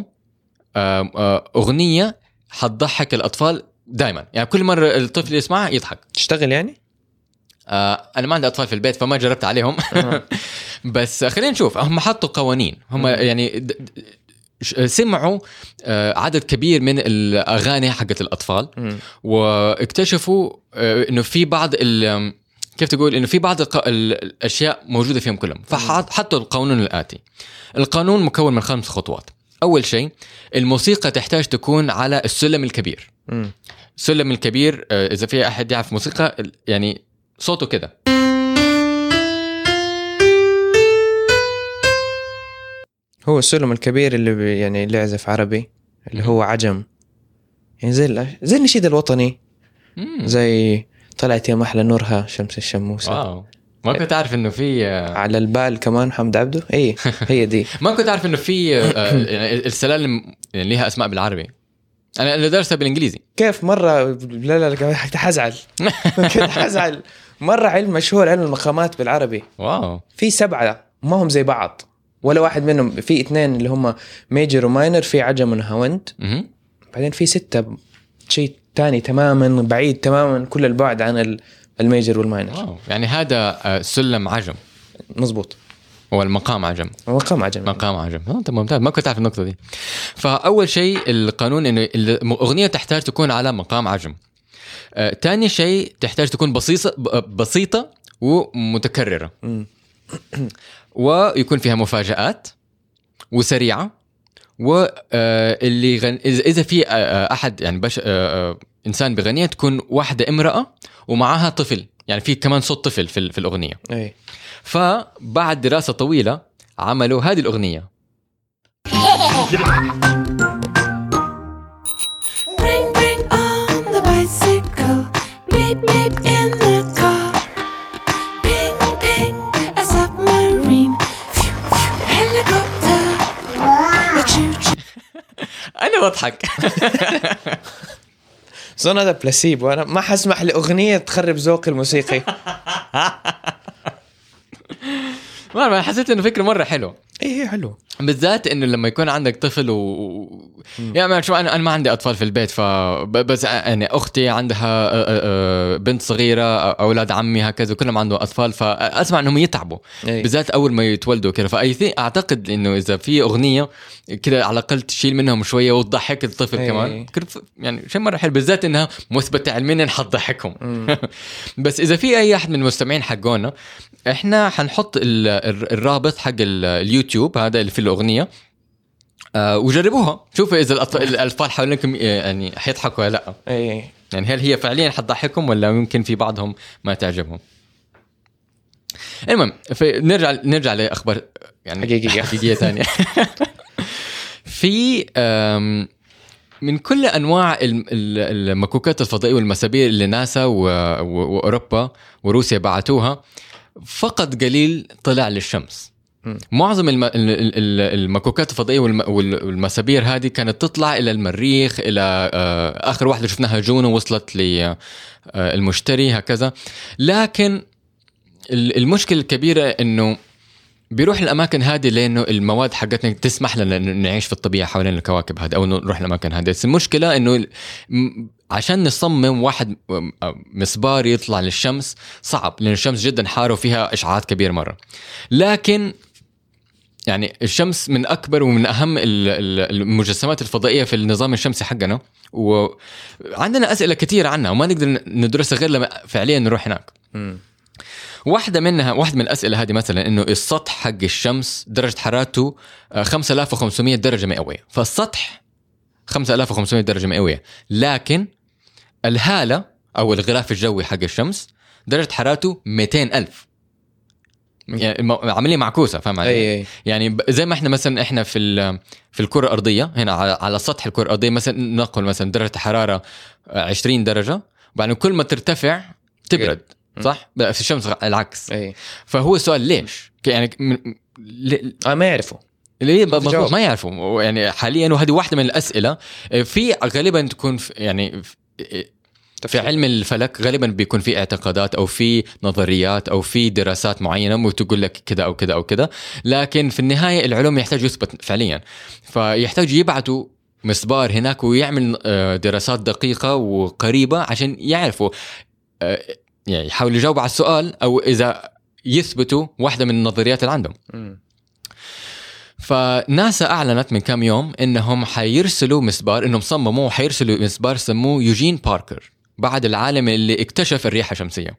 Speaker 1: أغنية حتضحك الأطفال دائما. يعني كل مرة الطفل يسمعها يضحك.
Speaker 2: تشتغل يعني؟
Speaker 1: أنا ما عندي أطفال في البيت فما جربت عليهم. بس خلينا نشوف. هم حطوا قوانين، هم يعني سمعوا عدد كبير من الأغاني حقت الأطفال، واكتشفوا إنه في بعض كيف تقول إنه في بعض الأشياء موجودة فيهم كلهم. فحطوا القانون الآتي. القانون مكون من 5 خطوات. أول شيء، الموسيقى تحتاج تكون على السلم الكبير. السلم الكبير إذا في أحد يعرف موسيقى يعني صوته كده.
Speaker 2: هو السلم الكبير اللي يعني اللي يعزف عربي، اللي هو عجم، يعني زي النشيد الوطني، زي طلعت يا محلى نورها شمس الشموسة.
Speaker 1: واو، ما كنت عارف انه في
Speaker 2: على البال كمان محمد عبده. ايه هي دي.
Speaker 1: ما كنت عارف انه في يعني السلالم يعني ليها اسماء بالعربي. انا اللي درسها بالانجليزي.
Speaker 2: كيف مرة لا حزعل. كنت حزعل مرة. علم مشهور، علم المقامات بالعربي.
Speaker 1: واو.
Speaker 2: في 7 ما هم زي بعض ولا واحد منهم. في 2 اللي هم ميجر وماينر، في عجم ونهاوند. بعدين في 6 شيء تاني تماما بعيد تماما كل البعد عن الميجر والماينر.
Speaker 1: واو. يعني هذا سلم عجم.
Speaker 2: مظبوط.
Speaker 1: هو المقام عجم.
Speaker 2: مقام عجم.
Speaker 1: تمام، ممتاز. ما كنت أعرف النقطة دي. فأول شيء القانون إنه الأغنية تحتاج تكون على مقام عجم. تاني شيء تحتاج تكون بسيطة ومتكررة. ويكون فيها مفاجآت وسريعة. واللي إذا في أحد يعني إنسان بغنية تكون واحدة امرأة ومعها طفل، يعني في كمان صوت طفل في الأغنية.
Speaker 2: أي.
Speaker 1: فبعد دراسة طويلة عملوا هذه الأغنية.
Speaker 3: Helicopter
Speaker 1: بضحك.
Speaker 2: زون هذا بلاسيبو، أنا ما حسمح لأغنية تخرب ذوقي الموسيقي.
Speaker 1: ما حسيت إنه فكرة مرة حلو.
Speaker 2: إيه حلو،
Speaker 1: بالذات إنه لما يكون عندك طفل يعني شو أنا ما عندي أطفال في البيت، بس يعني أختي عندها بنت صغيرة، أولاد عمي هكذا كلهم عندهم أطفال، فأسمع إنهم يتعبوا بالذات أول ما يتولدوا كده. أعتقد إنه إذا في أغنية كده على الأقل تشيل منهم شوية وتضحك الطفل كمان، يعني شيء مرة حلو، بالذات إنها مثبتة علميا حتضحكهم. بس إذا في أي أحد من المستمعين حقونا، إحنا حنحط الرابط حق اليوتيوب هذا اللي في الأغنية، وجربوها شوفوا إذا الأطفال حولكم يعني حيضحكوا ولا لا. يعني هل هي فعليا حتضحكهم ولا ممكن في بعضهم ما تعجبهم. المهم نرجع لأخبار يعني حقيقية ثانية. في من كل أنواع المكوكات الفضائية والمسابير اللي ناسا وأوروبا وروسيا بعتوها، فقط قليل طلع للشمس. معظم المكوكات الفضائية والمسابير هذه كانت تطلع إلى المريخ، إلى آخر واحدة شفناها جونو وصلت للمشتري هكذا. لكن المشكلة الكبيرة إنه بيروح الأماكن هذه لأنه المواد حقتنا تسمح لنا نعيش في الطبيعة حوالين الكواكب هذه أو نروح الأماكن هذه. بس المشكلة إنه عشان نصمم واحد مسبار يطلع للشمس صعب، لأن الشمس جدا حارة وفيها إشعاعات كبيرة مرة. لكن يعني الشمس من أكبر ومن أهم المجسمات الفضائية في النظام الشمسي حقنا، وعندنا أسئلة كتير عنها وما نقدر ندرسها غير لما فعليا نروح هناك. واحدة من الأسئلة هذه مثلا إنه السطح حق الشمس درجة حرارته 5500 درجة مئوية، فالسطح 5500 درجة مئوية، لكن الهالة أو الغلاف الجوي حق الشمس درجة حرارته 200,000. يعني عملية معكوسة، فاهم علي؟ يعني زي ما احنا في الكرة الأرضية هنا على سطح الكرة الأرضية مثلا نقول مثلا درجة حرارة 20 درجة، وبعدين كل ما ترتفع تبرد. صح؟ في الشمس العكس. فهو السؤال ليش؟ يعني
Speaker 2: ما يعرفوا
Speaker 1: ليه ما يعرفوا يعني حاليا. وهذه واحدة من الأسئلة في غالبا تكون يعني في علم الفلك غالبا بيكون في اعتقادات أو في نظريات أو في دراسات معينة وتقول لك كده أو كده أو كده، لكن في النهاية العلوم يحتاج يثبت فعليا، فيحتاج يبعتوا مسبار هناك ويعمل دراسات دقيقة وقريبة عشان يعرفوا يعني يحاولوا يجاوبوا على السؤال أو إذا يثبتوا واحدة من النظريات اللي عندهم. فناسا أعلنت من كام يوم إنهم حيرسلوا مسبار، إنهم صمموا وحيرسلوا مسبار سموه يوجين باركر بعد العالم اللي اكتشف الرياح الشمسية.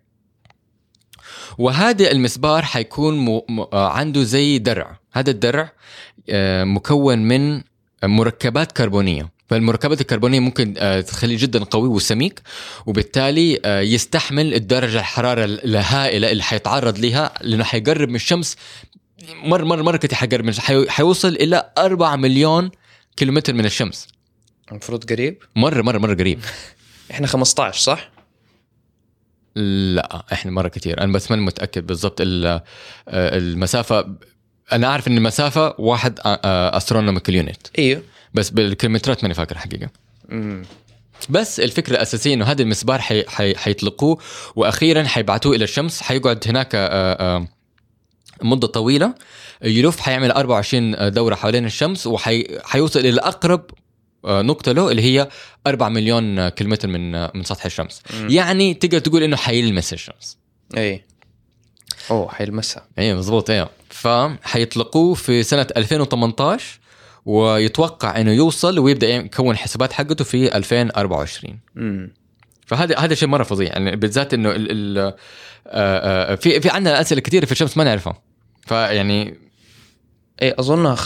Speaker 1: وهذا المسبار حيكون عنده زي درع، هذا الدرع مكون من مركبات كربونية، فالمركبات الكربونية ممكن تخليه جدا قوي وسميك، وبالتالي يستحمل الدرجة الحرارة الهائلة اللي حيتعرض لها، لأنه حيقرب من الشمس مرة كتير، حيقرب من حيوصل إلى 4 مليون كيلومتر من الشمس.
Speaker 2: المفروض قريب،
Speaker 1: مرة قريب.
Speaker 2: إحنا 15 صح؟
Speaker 1: لا إحنا مرة كتير، أنا بس ما متأكد بالضبط المسافة. أنا أعرف إن المسافة 1 أسترونوميكال يونت.
Speaker 2: إيوه، بس
Speaker 1: بالكيلومترات ماني فاكر حقيقة. بس الفكرة الأساسية إنه هذا المسبار حيطلقوه وأخيرا حيبعتوه إلى الشمس، حيقعد هناك مدة طويلة يلف، حيعمل 24 دورة حوالين الشمس، وحيوصل إلى أقرب نقطة له اللي هي 4 مليون كيلومتر من سطح الشمس. يعني تقدر تقول إنه حيلمس الشمس.
Speaker 2: حيلمسها.
Speaker 1: مظبوط. فحيطلقوه في سنة 2018 ويتوقع انه يوصل ويبدا يكون حسابات حقته في 2024. فهذا شيء مره فظيع، يعني بالذات انه في عندنا اسئله كثيره في الشمس ما نعرفها. فيعني
Speaker 2: اظنها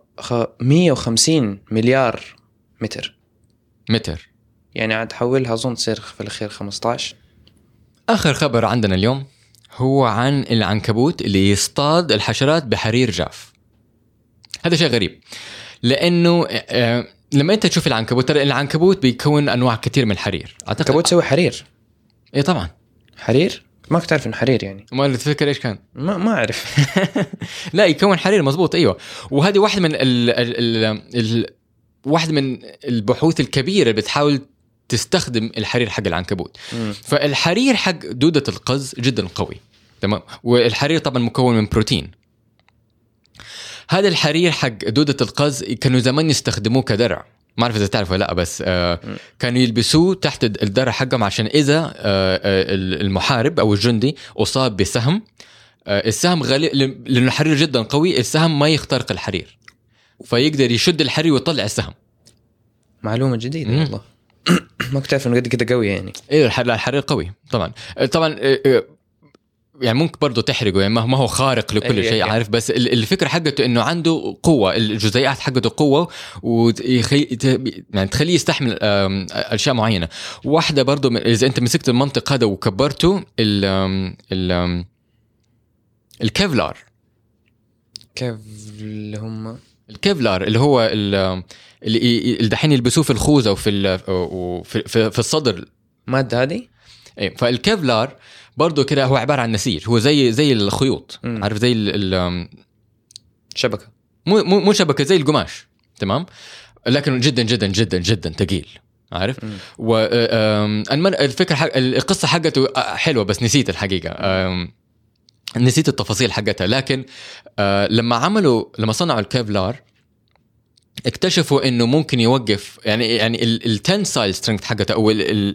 Speaker 2: 150 مليار متر يعني عاد حولها اظن تصير في الاخير 15.
Speaker 1: اخر خبر عندنا اليوم هو عن العنكبوت اللي يصطاد الحشرات بحرير جاف. هذا شيء غريب، لأنه لما أنت تشوف العنكبوت، ترى العنكبوت بيكون أنواع كتير من الحرير.
Speaker 2: العنكبوت سوي حرير؟
Speaker 1: طبعا
Speaker 2: حرير؟ ما كنت تعرف إن حرير يعني؟
Speaker 1: ما اللي تفكر إيش كان؟
Speaker 2: ما أعرف.
Speaker 1: لا يكون حرير، مزبوط. أيوة. وهذه واحدة من واحد من البحوث الكبيرة بتحاول تستخدم الحرير حق العنكبوت. فالحرير حق دودة القز جدا قوي، تمام. والحرير طبعا مكون من بروتين. هذا الحرير حق دودة القز كانوا زمان يستخدموه كدرع، ما أعرف إذا تعرف ولا لا، بس كانوا يلبسوه تحت الدرع حقهم عشان إذا المحارب أو الجندي أصاب بسهم، السهم غالي لأنه الحرير جدا قوي، السهم ما يخترق الحرير فيقدر يشد الحرير ويطلع السهم.
Speaker 2: معلومة جديدة والله. ما كنت أعرف إنه قد كده قوي يعني.
Speaker 1: إيه الحرير قوي طبعا. يعني ممكن برضو تحرقه، يعني ما هو خارق لكل شيء عارف، بس الفكرة حقته إنه عنده قوة، الجزيئات حقته قوة يعني تخليه يستحمل أشياء معينة. واحدة برضو إذا أنت مسكت المنطق هذا وكبرته الكيفلار. الكيفلار اللي هو اللي دحين يلبسوه في الخوذة وفي الصدر،
Speaker 2: مادة هذه.
Speaker 1: ايه، فالكيفلار برضو كده هو عبارة عن نسيج، هو زي الخيوط، عارف، زي
Speaker 2: شبكة،
Speaker 1: مو شبكة، زي القماش، تمام، لكن جدا جدا جدا جدا ثقيل، عارف. الفكرة القصة حقته حلوة، بس نسيت الحقيقة، نسيت التفاصيل حقتها. لكن لما صنعوا الكيفلار اكتشفوا انه ممكن يوقف يعني التنسايل سترينث حقته، او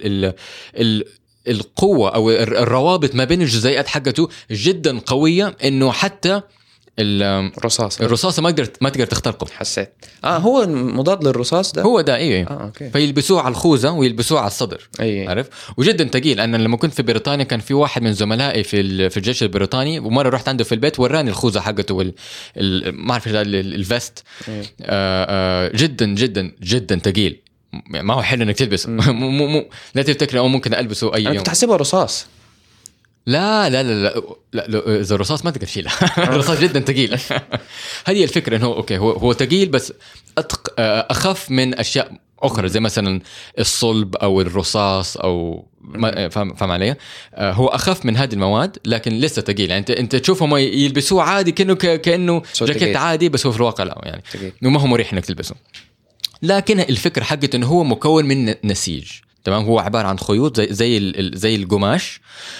Speaker 1: القوة او الروابط ما بين الجزيئات حقته جدا قوية، انه حتى الرصاصة ما تقدر تخترقه.
Speaker 2: حسيت هو مضاد للرصاص ده،
Speaker 1: هو ده. ايه فيلبسوه على الخوذة ويلبسوه على الصدر. عارف، وجدا ثقيل. انا لما كنت في بريطانيا كان في واحد من زملائي في الجيش البريطاني، ومرة رحت عنده في البيت وراني الخوذة حقته ما اعرف الفيست، جدا جدا جدا ثقيل. ما هو حلو انك تلبسه. لا تفتكر او ممكن البسه اي يوم.
Speaker 2: انا كنت احسبه رصاص.
Speaker 1: لا لا لا لا, لا. اذا الرصاص ما تقدر تشيله. الرصاص جدا ثقيل. هذه الفكره، انه اوكي هو ثقيل، بس اخف من اشياء اخرى زي مثلا الصلب او الرصاص او فهم علي. هو اخف من هذه المواد، لكن لسه ثقيل. يعني انت تشوفهم يلبسوه عادي كانه جاكيت عادي، بس هو في الواقع لا، يعني ما هو مريح انك تلبسه. لكن الفكرة حقته انه هو مكون من نسيج، تمام. هو عبارة عن خيوط زي القماش،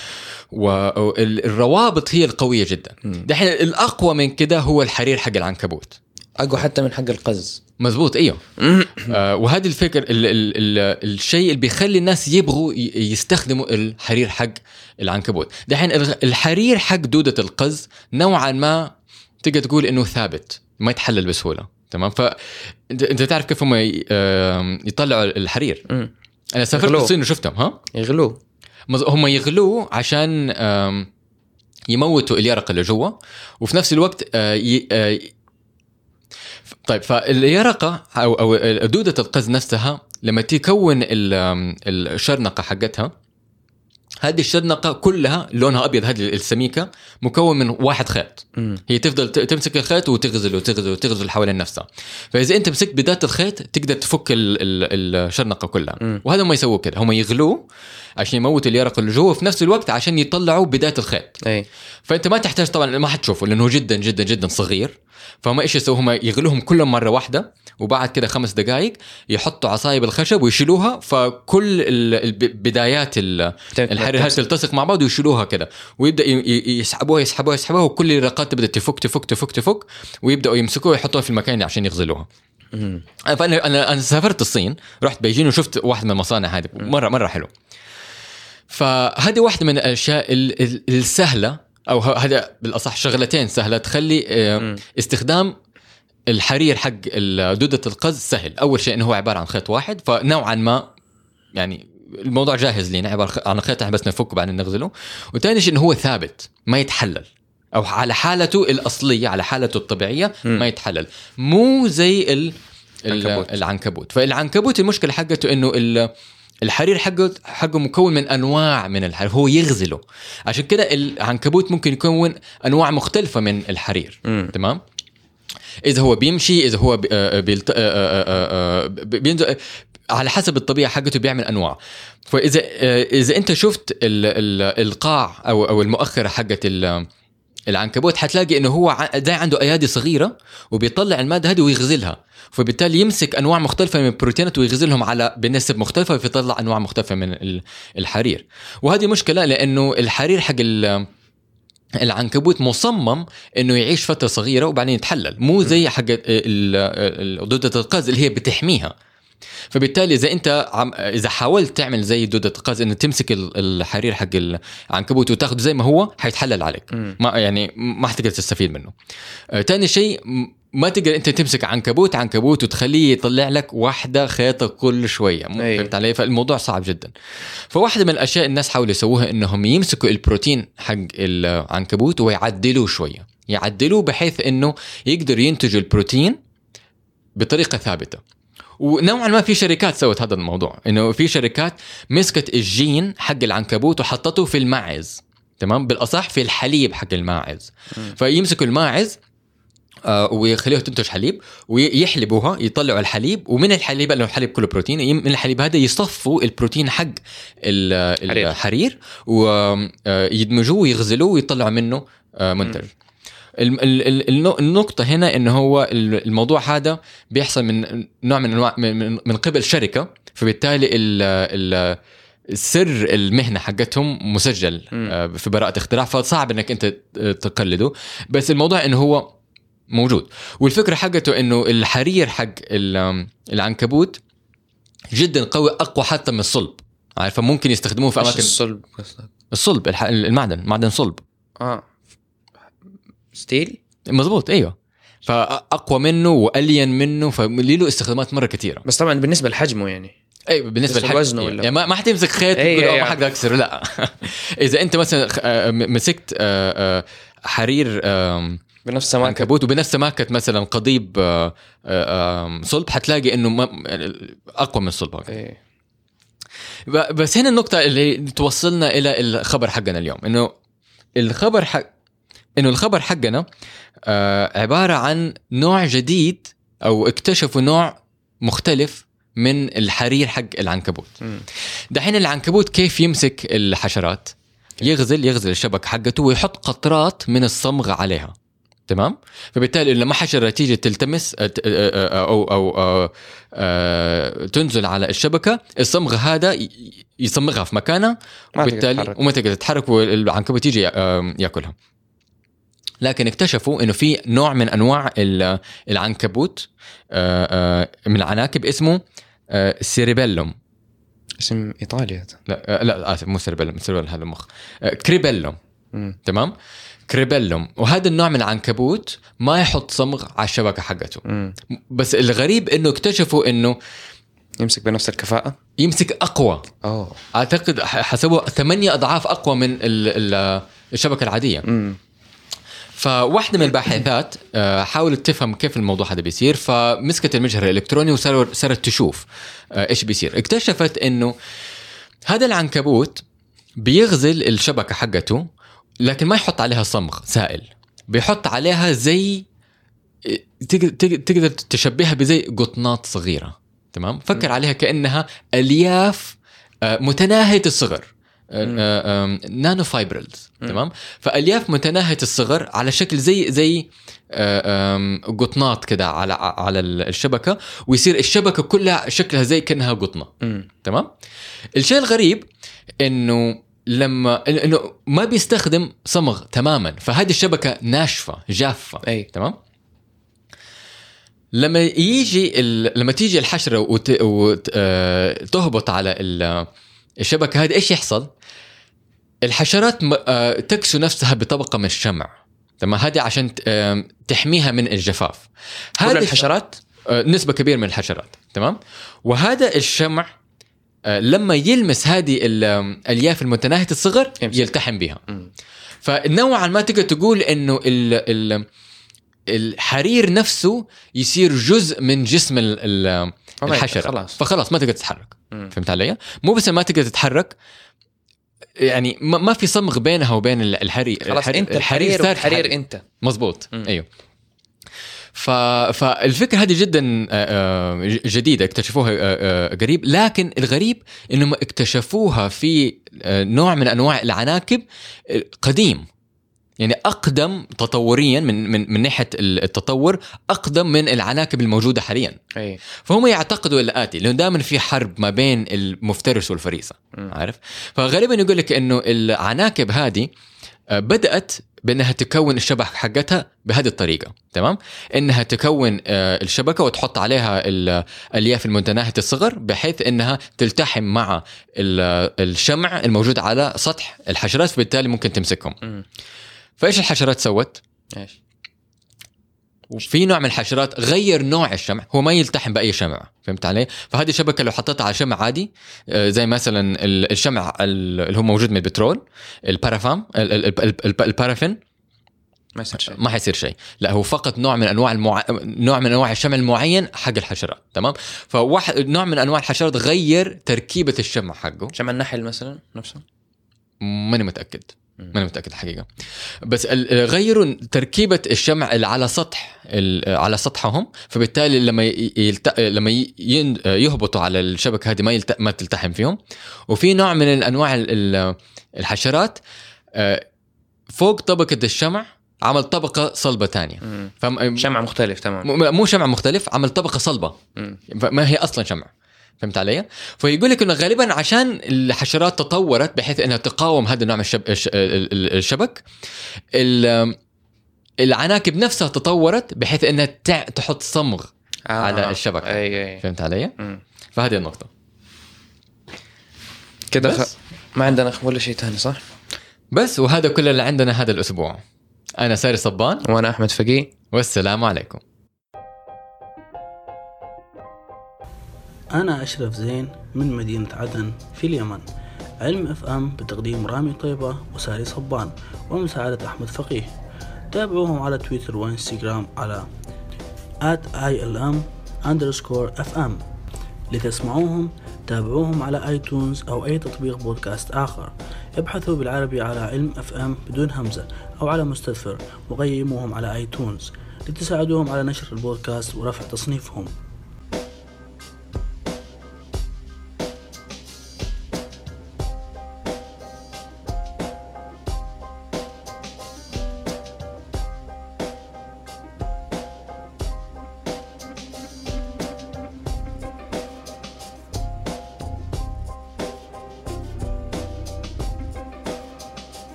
Speaker 1: والروابط هي القوية جدا. دحين الأقوى من كده هو الحرير حق العنكبوت،
Speaker 2: أقوى حتى من حق القز.
Speaker 1: مزبوط، ايوه. وهذه الفكرة الشيء اللي بيخلي الناس يبغوا يستخدموا الحرير حق العنكبوت. دحين الحرير حق دودة القز نوعا ما تقدر تقول انه ثابت، ما يتحلل بسهولة، تمام. فانت تعرف كيف هم يطلعوا الحرير. انا سافرت الصين وشفتهم.
Speaker 2: يغلوه،
Speaker 1: هم يغلوه عشان يموتوا اليرقة اللي جوا، وفي نفس الوقت طيب، فاليرقة او دودة القز نفسها لما تكون الشرنقة حقتها، هذه الشرنقة كلها لونها أبيض، هذه السميكة مكون من واحد خيط. هي تفضل تمسك الخيط وتغزل حوالين نفسها. فإذا أنت مسكت بداية الخيط تقدر تفك الشرنقة كلها. وهذا ما يسووا كده، هم يغلوه عشان يموتوا اليرق اللي جوه، في نفس الوقت عشان يطلعوا بداية الخيط. فأنت ما تحتاج طبعا، ما حتشوفه لأنه جدا جدا جدا صغير. فهم إيش يسووا؟ هم يغلوهم كلهم مرة واحدة، وبعد كده 5 دقائق يحطوا عصايب الخشب ويشيلوها، فكل بدايات الحرير هذه تلتصق مع بعض ويشيلوها كده، ويبدأ يسحبوها وكل الرقات تبدأ تفك ويبدأوا يمسكوها ويحطوها في المكان عشان يغزلوها. فأنا سافرت الصين، رحت بيجين وشفت واحد من المصانع هذه، مرة حلو. فهذه واحدة من الأشياء السهلة، أو هذا بالأصح شغلتين سهلة تخلي استخدام الحرير حق دودة القز سهل. أول شيء إنه هو عبارة عن خيط واحد، فنوعا ما يعني الموضوع جاهز لنا، عبارة عن خيط بس نفكه بعدين نغزله. وثاني شيء إنه هو ثابت، ما يتحلل، أو على حالته الأصلية، على حالته الطبيعية ما يتحلل، مو زي العنكبوت. فالعنكبوت المشكلة حقته إنه الحرير حقه مكون من أنواع من الحرير، هو يغزله. عشان كده العنكبوت ممكن يكون أنواع مختلفة من الحرير. تمام. إذا هو بيمشي، إذا هو بينزل، على حسب الطبيعة حقته بيعمل أنواع. فإذا أنت شفت القاع أو المؤخرة حقت العنكبوت حتلاقي انه هو زي عنده ايادي صغيره وبيطلع الماده هذه ويغزلها، فبالتالي يمسك انواع مختلفه من البروتينات ويغزلهم على بنسب مختلفه فيطلع انواع مختلفه من الحرير. وهذه مشكله لانه الحرير حق العنكبوت مصمم انه يعيش فتره صغيره وبعدين يتحلل، مو زي حق دودة القز اللي هي بتحميها. فبالتالي اذا حاولت تعمل زي دودة القز انه تمسك الحرير حق العنكبوت وتاخده زي ما هو حيتحلل عليك، ما حتقدر تستفيد منه. تاني شيء ما تقدر انت تمسك عنكبوت وتخليه يطلع لك واحده خيطه كل شويه، فهمت علي؟ فالموضوع صعب جدا. فواحده من الاشياء الناس حاولوا يسووها انهم يمسكوا البروتين حق العنكبوت ويعدلوه شويه، يعدلوه بحيث انه يقدر ينتجوا البروتين بطريقه ثابته. ونوعا ما في شركات سوت هذا الموضوع، انه في شركات مسكت الجين حق العنكبوت وحطته في الماعز، تمام، بالاصح في الحليب حق الماعز. فيمسكوا الماعز ويخليها تنتج حليب ويحلبوها، يطلعوا الحليب، ومن الحليب لأنه الحليب كله بروتين، من الحليب هذا يصفوا البروتين حق الحرير ويدمجوه ويغزلوه ويطلعوا منه منتج. النقطة هنا إنه هو الموضوع هذا بيحصل من نوع من أنواع من قبل شركة، فبالتالي السر المهنة حقتهم مسجل في براءة اختراع، فصعب إنك أنت تقلده. بس الموضوع إنه هو موجود، والفكرة حقته إنه الحرير حق العنكبوت جدا قوي، أقوى حتى من الصلب، عارفة؟ ممكن يستخدموه في أماكن الصلب المعدن، معدن صلب
Speaker 2: ستيل،
Speaker 1: مزبوط، ايوه، فاقوى منه والين منه، فله استخدامات مره كثيره.
Speaker 2: بس طبعا بالنسبه لحجمه يعني
Speaker 1: ايوه بالنسبه لحجمه يعني ما حتمسك خيط ما حقدر اكسره، لا. اذا انت مثلا مسكت حرير
Speaker 2: بنفس سماكه
Speaker 1: عنكبوت وبنفس سماكه مثلا قضيب صلب، حتلاقي انه اقوى من الصلب. بس هنا النقطه اللي توصلنا الى الخبر حقنا اليوم، انه الخبر حقنا عبارة عن نوع جديد، أو اكتشفوا نوع مختلف من الحرير حق العنكبوت. دحين العنكبوت كيف يمسك الحشرات؟ يغزل الشبكة حقته ويحط قطرات من الصمغ عليها، تمام؟ فبالتالي لما حشرة تيجي تلتمس أو تنزل على الشبكة، الصمغ هذا يصمغها في مكانها، وبالتالي وما تقدر تتحرك، والعنكبوت يجي يأكلها. لكن اكتشفوا انه في نوع من انواع العنكبوت من العناكب اسمه سيريبيلوم،
Speaker 2: اسم ايطالي هذا.
Speaker 1: لا اسف، مو سيريبيلوم هذا المخ، كريبيلوم. تمام، كريبيلوم. وهذا النوع من العنكبوت ما يحط صمغ على الشبكه حقته. بس الغريب انه اكتشفوا انه
Speaker 2: يمسك بنفس الكفاءه،
Speaker 1: يمسك اقوى. اعتقد حسبوا 8 اضعاف اقوى من الشبكه العاديه. فواحدة من الباحثات حاولت تفهم كيف الموضوع هذا بيصير، فمسكت المجهر الإلكتروني وصارت تشوف إيش بيصير. اكتشفت إنه هذا العنكبوت بيغزل الشبكة حقته، لكن ما يحط عليها صمغ سائل، بيحط عليها زي تقدر تشبهها بزي قطنات صغيرة، تمام؟ فكر عليها كأنها ألياف متناهية الصغر، نانو فايبرلز، تمام؟ فالياف متناهيه الصغر على شكل زي قطنات كده على الشبكه، ويصير الشبكه كلها شكلها زي كأنها قطنه. تمام. الشيء الغريب انه انه ما بيستخدم صمغ تماما، فهذه الشبكه ناشفه جافه. تمام. لما تيجي الحشره وتهبط على الشبكه هذه، ايش يحصل؟ الحشرات تكسو نفسها بطبقه من الشمع، تمام؟ هذه عشان تحميها من الجفاف.
Speaker 2: هذه الحشرات
Speaker 1: نسبه كبيره من الحشرات، تمام؟ وهذا الشمع لما يلمس هذه الالياف المتناهيه الصغر يلتحم بها. فنوعا ما تقدر تقول انه الحرير نفسه يصير جزء من جسم الحشرة، فخلاص ما تقدر تتحرك. فهمت علي؟ مو بس ما تقدر تتحرك، يعني ما في صمغ بينها وبين الحرير.
Speaker 2: خلاص انت الحرير انت
Speaker 1: مزبوط. ايوه. فالفكرة هذه جدا جديدة، اكتشفوها قريب، لكن الغريب انهم اكتشفوها في نوع من انواع العناكب قديم. يعني أقدم تطوريا من ناحية التطور، أقدم من العناكب الموجودة حاليا. فهم يعتقدوا الآتي، لأنه دائما في حرب ما بين المفترس والفريسة، عارف؟ فغالبا يقول لك إنه العناكب هذه بدأت بأنها تكون الشبكة حقتها بهذه الطريقة، تمام؟ إنها تكون الشبكة وتحط عليها الألياف المتناهية الصغر بحيث إنها تلتحم مع الشمع الموجود على سطح الحشرات، فبالتالي ممكن تمسكهم. فإيش الحشرات سوت؟ إيش؟ وفي نوع من الحشرات غير نوع الشمع، هو ما يلتحم بأي شمع، فهمت علي؟ فهذه الشبكة لو حطيتها على شمع عادي زي مثلا الشمع اللي هو موجود من البترول، البارافين، ما حيصير شيء. لا، هو فقط نوع من انواع الشمع المعين حق الحشرات، تمام؟ فواحد نوع من انواع الحشرات غير تركيبة الشمع حقه.
Speaker 2: شمع النحل مثلا نفسه،
Speaker 1: ماني متأكد الحقيقة، بس غيروا تركيبة الشمع اللي على سطحهم، فبالتالي لما يهبطوا على الشبكة هذه ما تلتحم فيهم. وفي نوع من انواع الحشرات فوق طبقة الشمع عمل طبقة صلبة تانية،
Speaker 2: شمع مختلف تمام،
Speaker 1: مو شمع مختلف، عمل طبقة صلبة ما هي أصلا شمع، فهمت علي؟ فيقول لك إنه غالبا عشان الحشرات تطورت بحيث إنها تقاوم هذا النوع من الشبك، العناكب نفسها تطورت بحيث إنها تحط صمغ على الشبكة. فهمت علي؟ فهذه النقطة
Speaker 2: كده. ما عندنا ولا شيء تاني صح؟
Speaker 1: بس وهذا كل اللي عندنا هذا الأسبوع. أنا ساري صبان،
Speaker 2: وأنا أحمد فقيه،
Speaker 1: والسلام عليكم.
Speaker 3: أنا أشرف زين من مدينة عدن في اليمن. علم FM بتقديم رامي طيبة وساري صبان ومساعدة أحمد فقيه. تابعوهم على تويتر وإنستغرام على @ilm_FM. لتسمعوهم تابعوهم على آيتونز أو أي تطبيق بودكاست آخر. ابحثوا بالعربي على علم FM بدون همزة أو على مستدفر، وقيموهم على آيتونز لتساعدوهم على نشر البودكاست ورفع تصنيفهم.